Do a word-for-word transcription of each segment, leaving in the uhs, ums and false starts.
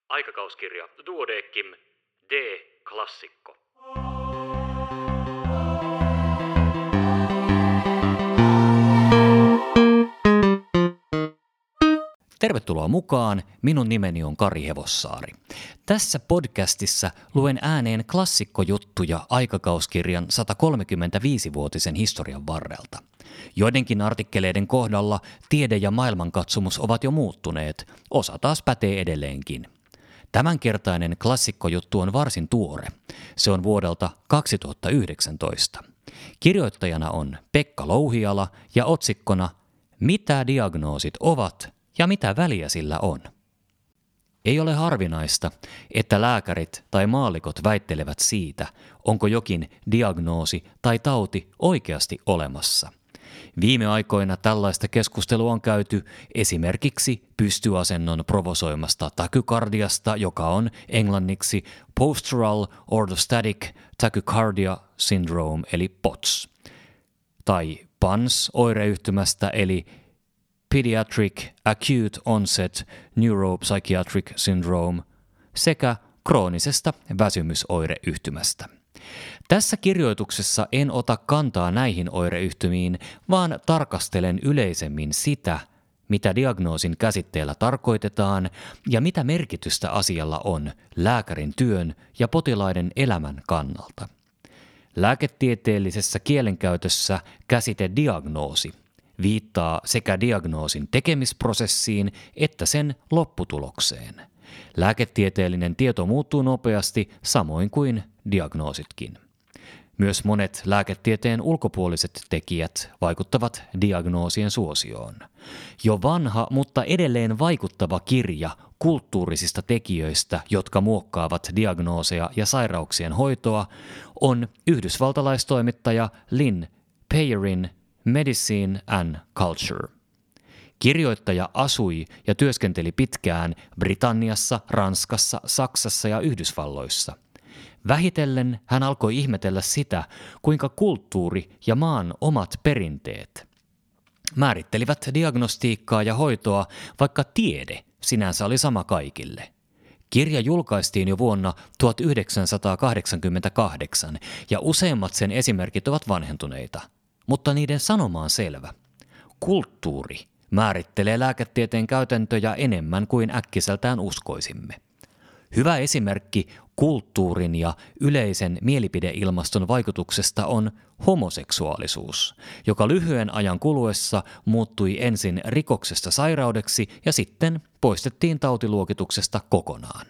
Aikakauskirja Duodeckim D-klassikko. Tervetuloa mukaan, minun nimeni on Kari Hevossaari. Tässä podcastissa luen ääneen klassikkojuttuja aikakauskirjan sata kolmekymmentäviisivuotisen historian varrelta. Joidenkin artikkeleiden kohdalla tiede ja maailmankatsomus ovat jo muuttuneet, osa taas pätee edelleenkin. Tämänkertainen klassikkojuttu on varsin tuore. Se on vuodelta kaksituhattayhdeksäntoista. Kirjoittajana on Pekka Louhiala ja otsikkona Mitä diagnoosit ovat ja mitä väliä sillä on? Ei ole harvinaista, että lääkärit tai maallikot väittelevät siitä, onko jokin diagnoosi tai tauti oikeasti olemassa. Viime aikoina tällaista keskustelua on käyty esimerkiksi pystyasennon provosoimasta tachycardiasta, joka on englanniksi Postural Orthostatic Tachycardia Syndrome eli P O T S, tai P A N S-oireyhtymästä eli Pediatric Acute Onset Neuropsychiatric Syndrome sekä kroonisesta väsymysoireyhtymästä. Tässä kirjoituksessa en ota kantaa näihin oireyhtymiin, vaan tarkastelen yleisemmin sitä, mitä diagnoosin käsitteellä tarkoitetaan ja mitä merkitystä asialla on lääkärin työn ja potilaiden elämän kannalta. Lääketieteellisessä kielenkäytössä käsite diagnoosi viittaa sekä diagnoosin tekemisprosessiin että sen lopputulokseen. Lääketieteellinen tieto muuttuu nopeasti, samoin kuin diagnoositkin. Myös monet lääketieteen ulkopuoliset tekijät vaikuttavat diagnoosien suosioon. Jo vanha, mutta edelleen vaikuttava kirja kulttuurisista tekijöistä, jotka muokkaavat diagnooseja ja sairauksien hoitoa, on yhdysvaltalaistoimittaja Lynn Payerin Medicine and Culture. Kirjoittaja asui ja työskenteli pitkään Britanniassa, Ranskassa, Saksassa ja Yhdysvalloissa. Vähitellen hän alkoi ihmetellä sitä, kuinka kulttuuri ja maan omat perinteet määrittelivät diagnostiikkaa ja hoitoa, vaikka tiede sinänsä oli sama kaikille. Kirja julkaistiin jo vuonna tuhatyhdeksänsataakahdeksankymmentäkahdeksan ja useimmat sen esimerkit ovat vanhentuneita. Mutta niiden sanoma on selvä. Kulttuuri määrittelee lääketieteen käytäntöjä enemmän kuin äkkiseltään uskoisimme. Hyvä esimerkki kulttuurin ja yleisen mielipideilmaston vaikutuksesta on homoseksuaalisuus, joka lyhyen ajan kuluessa muuttui ensin rikoksesta sairaudeksi ja sitten poistettiin tautiluokituksesta kokonaan.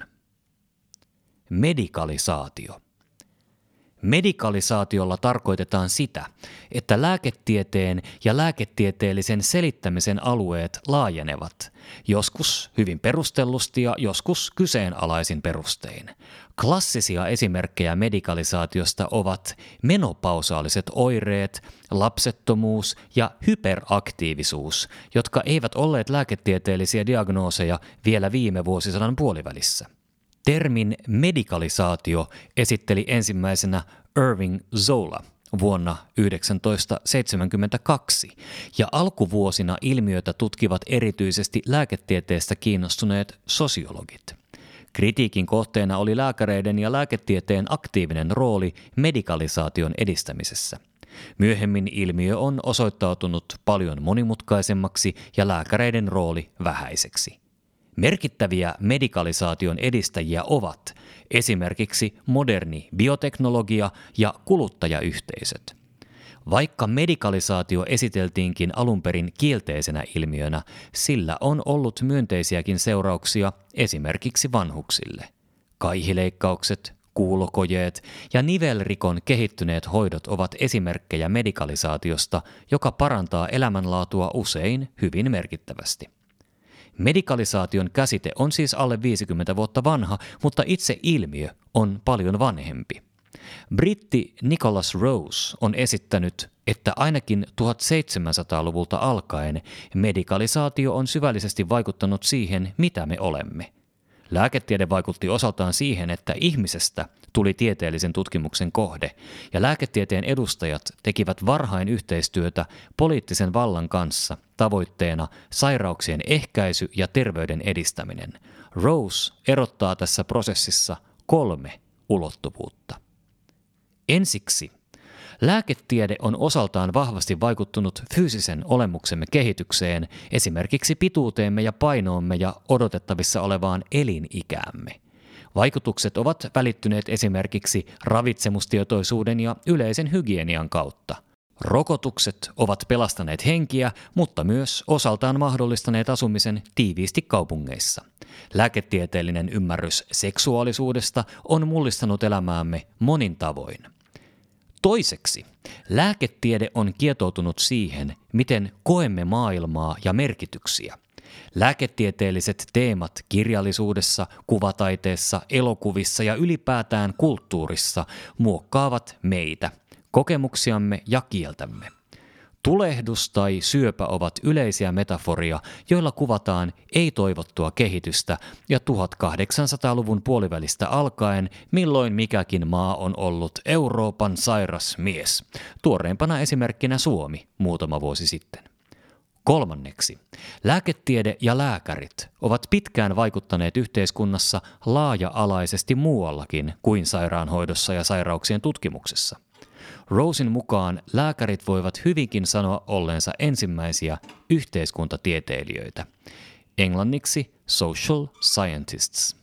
Medikalisaatio. Medikalisaatiolla tarkoitetaan sitä, että lääketieteen ja lääketieteellisen selittämisen alueet laajenevat, joskus hyvin perustellusti ja joskus kyseenalaisin perustein. Klassisia esimerkkejä medikalisaatiosta ovat menopausaaliset oireet, lapsettomuus ja hyperaktiivisuus, jotka eivät olleet lääketieteellisiä diagnooseja vielä viime vuosisadan puolivälissä. Termin medikalisaatio esitteli ensimmäisenä Irving Zola vuonna tuhatyhdeksänsataaseitsemänkymmentäkaksi, ja alkuvuosina ilmiötä tutkivat erityisesti lääketieteestä kiinnostuneet sosiologit. Kritiikin kohteena oli lääkäreiden ja lääketieteen aktiivinen rooli medikalisaation edistämisessä. Myöhemmin ilmiö on osoittautunut paljon monimutkaisemmaksi ja lääkäreiden rooli vähäiseksi. Merkittäviä medikalisaation edistäjiä ovat esimerkiksi moderni bioteknologia ja kuluttajayhteisöt. Vaikka medikalisaatio esiteltiinkin alun perin kielteisenä ilmiönä, sillä on ollut myönteisiäkin seurauksia esimerkiksi vanhuksille. Kaihileikkaukset, kuulokojeet ja nivelrikon kehittyneet hoidot ovat esimerkkejä medikalisaatiosta, joka parantaa elämänlaatua usein hyvin merkittävästi. Medikalisaation käsite on siis alle viisikymmentä vuotta vanha, mutta itse ilmiö on paljon vanhempi. Britti Nicholas Rose on esittänyt, että ainakin tuhatseitsemänsataaluvulta alkaen medikalisaatio on syvällisesti vaikuttanut siihen, mitä me olemme. Lääketiede vaikutti osaltaan siihen, että ihmisestä tuli tieteellisen tutkimuksen kohde, ja lääketieteen edustajat tekivät varhain yhteistyötä poliittisen vallan kanssa tavoitteena sairauksien ehkäisy ja terveyden edistäminen. Rose erottaa tässä prosessissa kolme ulottuvuutta. Ensiksi, lääketiede on osaltaan vahvasti vaikuttunut fyysisen olemuksemme kehitykseen, esimerkiksi pituuteemme ja painoomme ja odotettavissa olevaan elinikäämme. Vaikutukset ovat välittyneet esimerkiksi ravitsemustietoisuuden ja yleisen hygienian kautta. Rokotukset ovat pelastaneet henkiä, mutta myös osaltaan mahdollistaneet asumisen tiiviisti kaupungeissa. Lääketieteellinen ymmärrys seksuaalisuudesta on mullistanut elämäämme monin tavoin. Toiseksi, lääketiede on kietoutunut siihen, miten koemme maailmaa ja merkityksiä. Lääketieteelliset teemat kirjallisuudessa, kuvataiteessa, elokuvissa ja ylipäätään kulttuurissa muokkaavat meitä, kokemuksiamme ja kieltämme. Tulehdus tai syöpä ovat yleisiä metaforia, joilla kuvataan ei-toivottua kehitystä ja tuhatkahdeksansataaluvun puolivälistä alkaen, milloin mikäkin maa on ollut Euroopan sairas mies. Tuoreimpana esimerkkinä Suomi muutama vuosi sitten. Kolmanneksi, lääketiede ja lääkärit ovat pitkään vaikuttaneet yhteiskunnassa laaja-alaisesti muuallakin kuin sairaanhoidossa ja sairauksien tutkimuksessa. Rosen mukaan lääkärit voivat hyvinkin sanoa olleensa ensimmäisiä yhteiskuntatieteilijöitä. Englanniksi social scientists.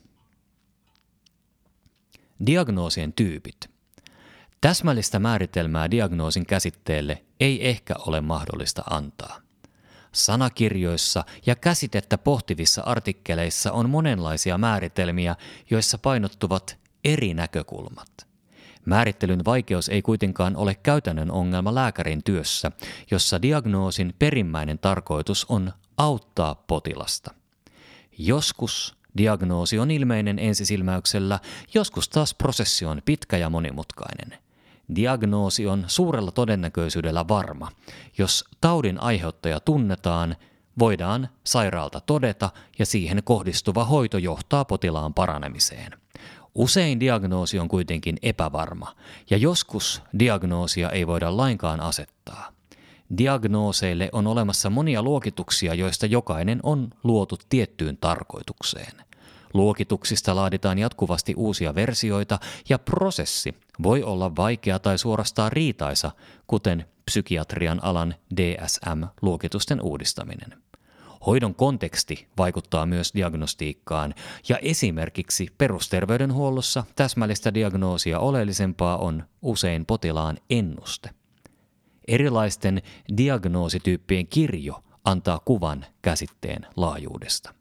Diagnoosien tyypit. Täsmällistä määritelmää diagnoosin käsitteelle ei ehkä ole mahdollista antaa. Sanakirjoissa ja käsitettä pohtivissa artikkeleissa on monenlaisia määritelmiä, joissa painottuvat eri näkökulmat. Määrittelyn vaikeus ei kuitenkaan ole käytännön ongelma lääkärin työssä, jossa diagnoosin perimmäinen tarkoitus on auttaa potilasta. Joskus diagnoosi on ilmeinen ensisilmäyksellä, joskus taas prosessi on pitkä ja monimutkainen. Diagnoosi on suurella todennäköisyydellä varma. Jos taudin aiheuttaja tunnetaan, voidaan sairaalta todeta ja siihen kohdistuva hoito johtaa potilaan paranemiseen. Usein diagnoosi on kuitenkin epävarma, ja joskus diagnoosia ei voida lainkaan asettaa. Diagnooseille on olemassa monia luokituksia, joista jokainen on luotu tiettyyn tarkoitukseen. Luokituksista laaditaan jatkuvasti uusia versioita, ja prosessi voi olla vaikea tai suorastaan riitaisa, kuten psykiatrian alan D S M-luokitusten uudistaminen. Hoidon konteksti vaikuttaa myös diagnostiikkaan, ja esimerkiksi perusterveydenhuollossa täsmällistä diagnoosia oleellisempaa on usein potilaan ennuste. Erilaisten diagnoosityyppien kirjo antaa kuvan käsitteen laajuudesta.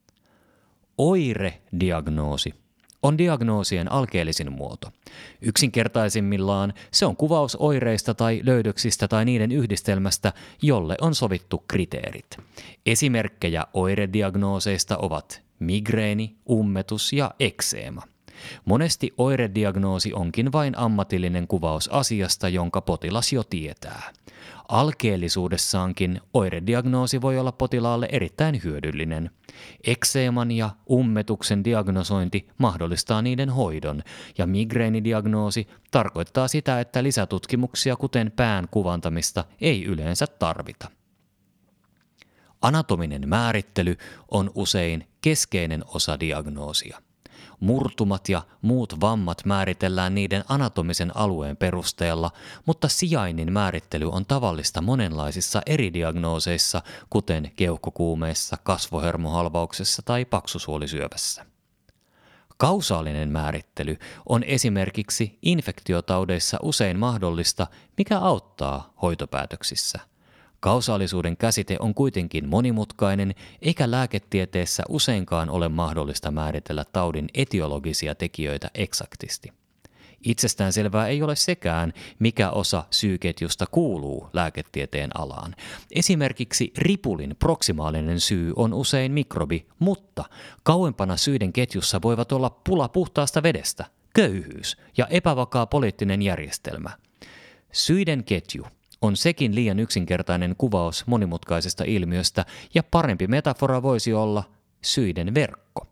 Oirediagnoosi on diagnoosien alkeellisin muoto. Yksinkertaisimmillaan se on kuvaus oireista tai löydöksistä tai niiden yhdistelmästä, jolle on sovittu kriteerit. Esimerkkejä oirediagnooseista ovat migreeni, ummetus ja ekseema. Monesti oirediagnoosi onkin vain ammatillinen kuvaus asiasta, jonka potilas jo tietää. Alkeellisuudessaankin oirediagnoosi voi olla potilaalle erittäin hyödyllinen. Ekseeman ja ummetuksen diagnosointi mahdollistaa niiden hoidon, ja migreenidiagnoosi tarkoittaa sitä, että lisätutkimuksia kuten pään kuvantamista ei yleensä tarvita. Anatominen määrittely on usein keskeinen osa diagnoosia. Murtumat ja muut vammat määritellään niiden anatomisen alueen perusteella, mutta sijainnin määrittely on tavallista monenlaisissa eri diagnooseissa, kuten keuhkokuumeessa, kasvohermohalvauksessa tai paksusuolisyövässä. Kausaalinen määrittely on esimerkiksi infektiotaudeissa usein mahdollista, mikä auttaa hoitopäätöksissä. Kausaalisuuden käsite on kuitenkin monimutkainen, eikä lääketieteessä useinkaan ole mahdollista määritellä taudin etiologisia tekijöitä eksaktisti. Itsestäänselvää ei ole sekään, mikä osa syyketjusta kuuluu lääketieteen alaan. Esimerkiksi ripulin proksimaalinen syy on usein mikrobi, mutta kauempana syiden ketjussa voivat olla pula puhtaasta vedestä, köyhyys ja epävakaa poliittinen järjestelmä. Syiden ketju on sekin liian yksinkertainen kuvaus monimutkaisesta ilmiöstä, ja parempi metafora voisi olla syiden verkko.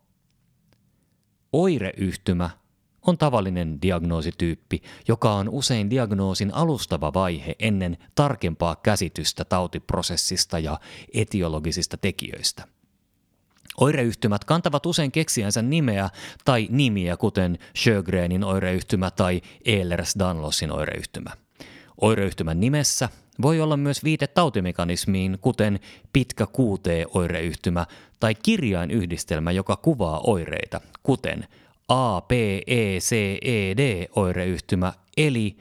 Oireyhtymä on tavallinen diagnoosityyppi, joka on usein diagnoosin alustava vaihe ennen tarkempaa käsitystä tautiprosessista ja etiologisista tekijöistä. Oireyhtymät kantavat usein keksijänsä nimeä tai nimiä, kuten Sjögrenin oireyhtymä tai Ehlers-Danlosin oireyhtymä. Oireyhtymän nimessä voi olla myös viite tautimekanismiin, kuten pitkä Q T-oireyhtymä tai kirjainyhdistelmä, joka kuvaa oireita, kuten A P E C E D-oireyhtymä eli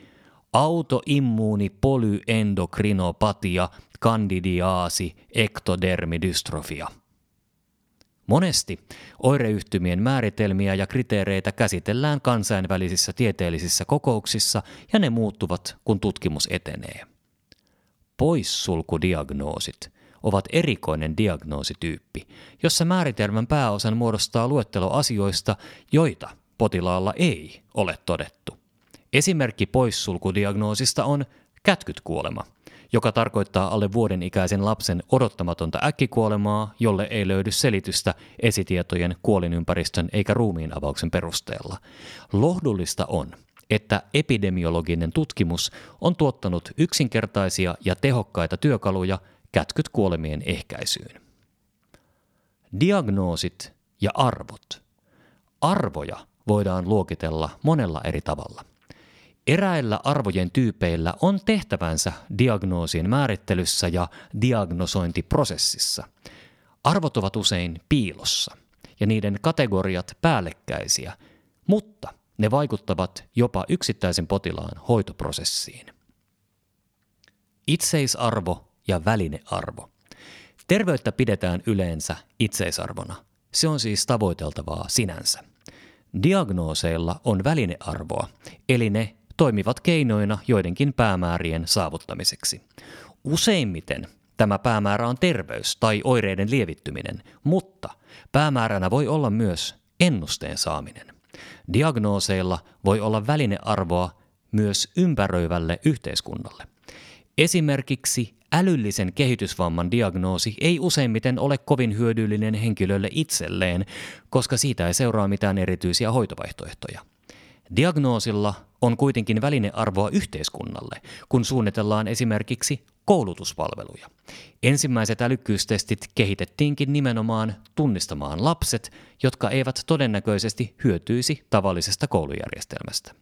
autoimmuunipolyendokrinoopatia candidiaasi ektodermidystrofia. Monesti oireyhtymien määritelmiä ja kriteereitä käsitellään kansainvälisissä tieteellisissä kokouksissa ja ne muuttuvat, kun tutkimus etenee. Poissulkudiagnoosit ovat erikoinen diagnoosityyppi, jossa määritelmän pääosan muodostaa luettelo asioista, joita potilaalla ei ole todettu. Esimerkki poissulkudiagnoosista on kätkytkuolema, joka tarkoittaa alle vuoden ikäisen lapsen odottamatonta äkkikuolemaa, jolle ei löydy selitystä esitietojen, kuolinympäristön eikä ruumiin avauksen perusteella. Lohdullista on, että epidemiologinen tutkimus on tuottanut yksinkertaisia ja tehokkaita työkaluja kätkytkuolemien ehkäisyyn. Diagnoosit ja arvot. Arvoja voidaan luokitella monella eri tavalla. Eräillä arvojen tyypeillä on tehtävänsä diagnoosien määrittelyssä ja diagnosointiprosessissa. Arvot ovat usein piilossa ja niiden kategoriat päällekkäisiä, mutta ne vaikuttavat jopa yksittäisen potilaan hoitoprosessiin. Itseisarvo ja välinearvo. Terveyttä pidetään yleensä itseisarvona. Se on siis tavoiteltavaa sinänsä. Diagnooseilla on välinearvoa, eli ne toimivat keinoina joidenkin päämäärien saavuttamiseksi. Useimmiten tämä päämäärä on terveys tai oireiden lievittyminen, mutta päämääränä voi olla myös ennusteen saaminen. Diagnooseilla voi olla välinearvoa myös ympäröivälle yhteiskunnalle. Esimerkiksi älyllisen kehitysvamman diagnoosi ei useimmiten ole kovin hyödyllinen henkilölle itselleen, koska siitä ei seuraa mitään erityisiä hoitovaihtoehtoja. Diagnoosilla on kuitenkin välinearvoa yhteiskunnalle, kun suunnitellaan esimerkiksi koulutuspalveluja. Ensimmäiset älykkyystestit kehitettiinkin nimenomaan tunnistamaan lapset, jotka eivät todennäköisesti hyötyisi tavallisesta koulujärjestelmästä.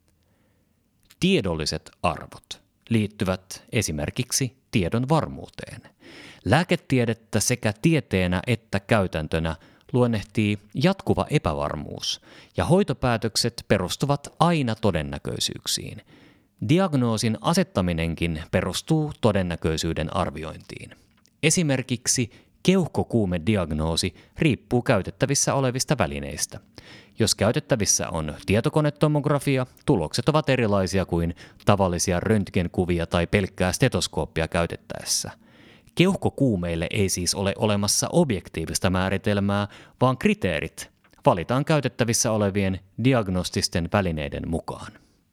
Tiedolliset arvot liittyvät esimerkiksi tiedon varmuuteen. Lääketiedettä sekä tieteenä että käytäntönä luonnehtii jatkuva epävarmuus, ja hoitopäätökset perustuvat aina todennäköisyyksiin. Diagnoosin asettaminenkin perustuu todennäköisyyden arviointiin. Esimerkiksi keuhkokuumediagnoosi riippuu käytettävissä olevista välineistä. Jos käytettävissä on tietokonetomografia, tulokset ovat erilaisia kuin tavallisia röntgenkuvia tai pelkkää stetoskooppia käytettäessä. Keuhkokuumeille ei siis ole olemassa objektiivista määritelmää, vaan kriteerit valitaan käytettävissä olevien diagnostisten välineiden mukaan.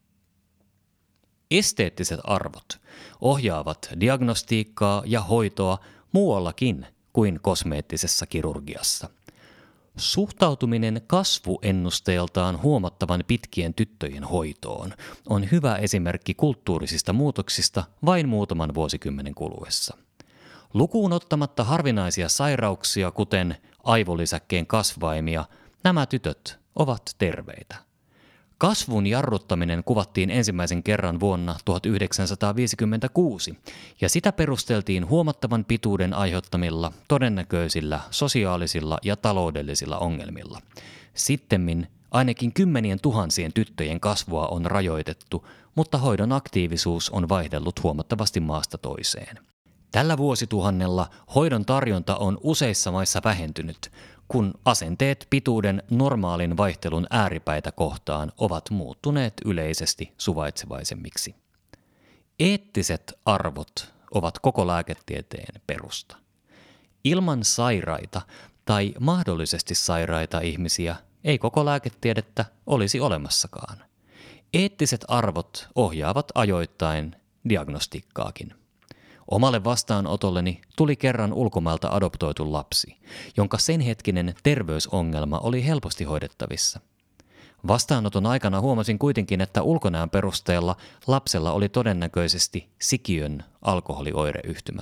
Esteettiset arvot ohjaavat diagnostiikkaa ja hoitoa muuallakin kuin kosmeettisessa kirurgiassa. Suhtautuminen kasvuennusteeltaan huomattavan pitkien tyttöjen hoitoon on hyvä esimerkki kulttuurisista muutoksista vain muutaman vuosikymmenen kuluessa. Lukuun ottamatta harvinaisia sairauksia, kuten aivolisäkkeen kasvaimia, nämä tytöt ovat terveitä. Kasvun jarruttaminen kuvattiin ensimmäisen kerran vuonna tuhatyhdeksänsataaviisikymmentäkuusi, ja sitä perusteltiin huomattavan pituuden aiheuttamilla todennäköisillä sosiaalisilla ja taloudellisilla ongelmilla. Sittemmin ainakin kymmenien tuhansien tyttöjen kasvua on rajoitettu, mutta hoidon aktiivisuus on vaihdellut huomattavasti maasta toiseen. Tällä vuosituhannella hoidon tarjonta on useissa maissa vähentynyt, kun asenteet pituuden normaalin vaihtelun ääripäitä kohtaan ovat muuttuneet yleisesti suvaitsevaisemmiksi. Eettiset arvot ovat koko lääketieteen perusta. Ilman sairaita tai mahdollisesti sairaita ihmisiä ei koko lääketiedettä olisi olemassakaan. Eettiset arvot ohjaavat ajoittain diagnostiikkaakin. Omalle vastaanotolleni tuli kerran ulkomailta adoptoitu lapsi, jonka senhetkinen terveysongelma oli helposti hoidettavissa. Vastaanoton aikana huomasin kuitenkin, että ulkonäön perusteella lapsella oli todennäköisesti sikiön alkoholioireyhtymä.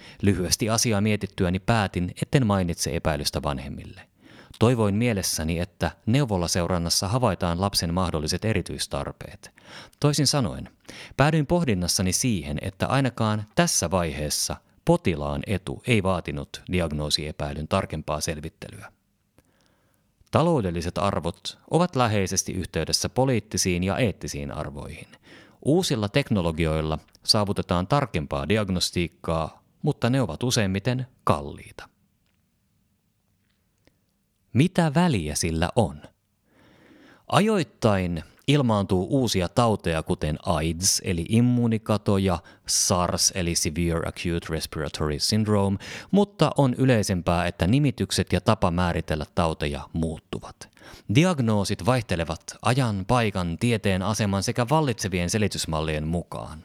Lyhyesti asiaa mietittyäni päätin, etten mainitse epäilystä vanhemmille. Toivoin mielessäni, että neuvolaseurannassa havaitaan lapsen mahdolliset erityistarpeet. Toisin sanoen, päädyin pohdinnassani siihen, että ainakaan tässä vaiheessa potilaan etu ei vaatinut diagnoosiepäilyn tarkempaa selvittelyä. Taloudelliset arvot ovat läheisesti yhteydessä poliittisiin ja eettisiin arvoihin. Uusilla teknologioilla saavutetaan tarkempaa diagnostiikkaa, mutta ne ovat useimmiten kalliita. Mitä väliä sillä on? Ajoittain ilmaantuu uusia tauteja, kuten AIDS eli immuunikato ja SARS eli Severe Acute Respiratory Syndrome, mutta on yleisempää, että nimitykset ja tapa määritellä tauteja muuttuvat. Diagnoosit vaihtelevat ajan, paikan, tieteen aseman sekä vallitsevien selitysmallien mukaan.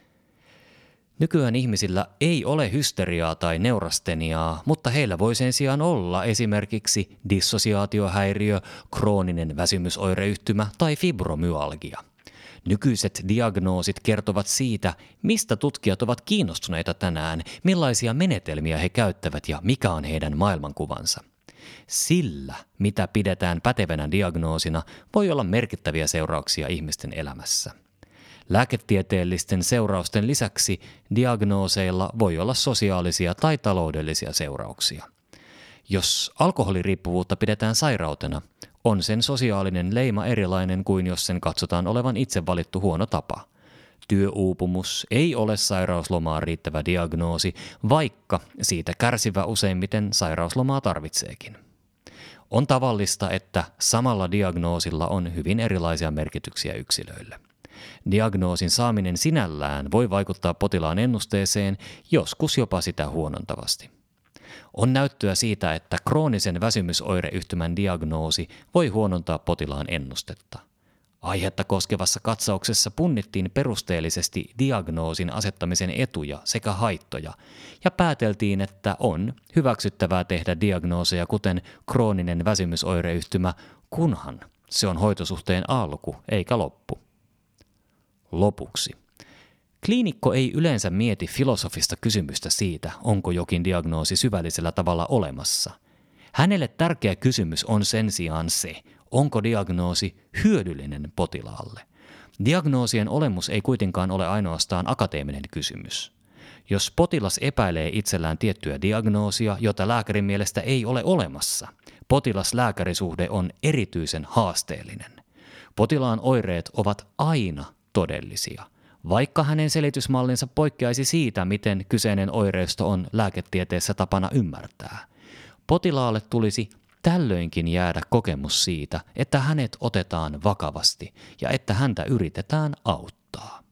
Nykyään ihmisillä ei ole hysteriaa tai neurasteniaa, mutta heillä voi sen sijaan olla esimerkiksi dissosiaatiohäiriö, krooninen väsymysoireyhtymä tai fibromyalgia. Nykyiset diagnoosit kertovat siitä, mistä tutkijat ovat kiinnostuneita tänään, millaisia menetelmiä he käyttävät ja mikä on heidän maailmankuvansa. Sillä, mitä pidetään pätevänä diagnoosina, voi olla merkittäviä seurauksia ihmisten elämässä. Lääketieteellisten seurausten lisäksi diagnooseilla voi olla sosiaalisia tai taloudellisia seurauksia. Jos alkoholiriippuvuutta pidetään sairautena, on sen sosiaalinen leima erilainen kuin jos sen katsotaan olevan itse valittu huono tapa. Työuupumus ei ole sairauslomaan riittävä diagnoosi, vaikka siitä kärsivä useimmiten sairauslomaa tarvitseekin. On tavallista, että samalla diagnoosilla on hyvin erilaisia merkityksiä yksilöille. Diagnoosin saaminen sinällään voi vaikuttaa potilaan ennusteeseen, joskus jopa sitä huonontavasti. On näyttöä siitä, että kroonisen väsymysoireyhtymän diagnoosi voi huonontaa potilaan ennustetta. Aihetta koskevassa katsauksessa punnittiin perusteellisesti diagnoosin asettamisen etuja sekä haittoja ja pääteltiin, että on hyväksyttävää tehdä diagnooseja kuten krooninen väsymysoireyhtymä, kunhan se on hoitosuhteen alku eikä loppu. Lopuksi. Kliinikko ei yleensä mieti filosofista kysymystä siitä, onko jokin diagnoosi syvällisellä tavalla olemassa. Hänelle tärkeä kysymys on sen sijaan se, onko diagnoosi hyödyllinen potilaalle. Diagnoosien olemus ei kuitenkaan ole ainoastaan akateeminen kysymys. Jos potilas epäilee itsellään tiettyä diagnoosia, jota lääkärin mielestä ei ole olemassa, potilas-lääkärisuhde on erityisen haasteellinen. Potilaan oireet ovat aina todellisia, vaikka hänen selitysmallinsa poikkeaisi siitä, miten kyseinen oireisto on lääketieteessä tapana ymmärtää. Potilaalle tulisi tällöinkin jäädä kokemus siitä, että hänet otetaan vakavasti ja että häntä yritetään auttaa.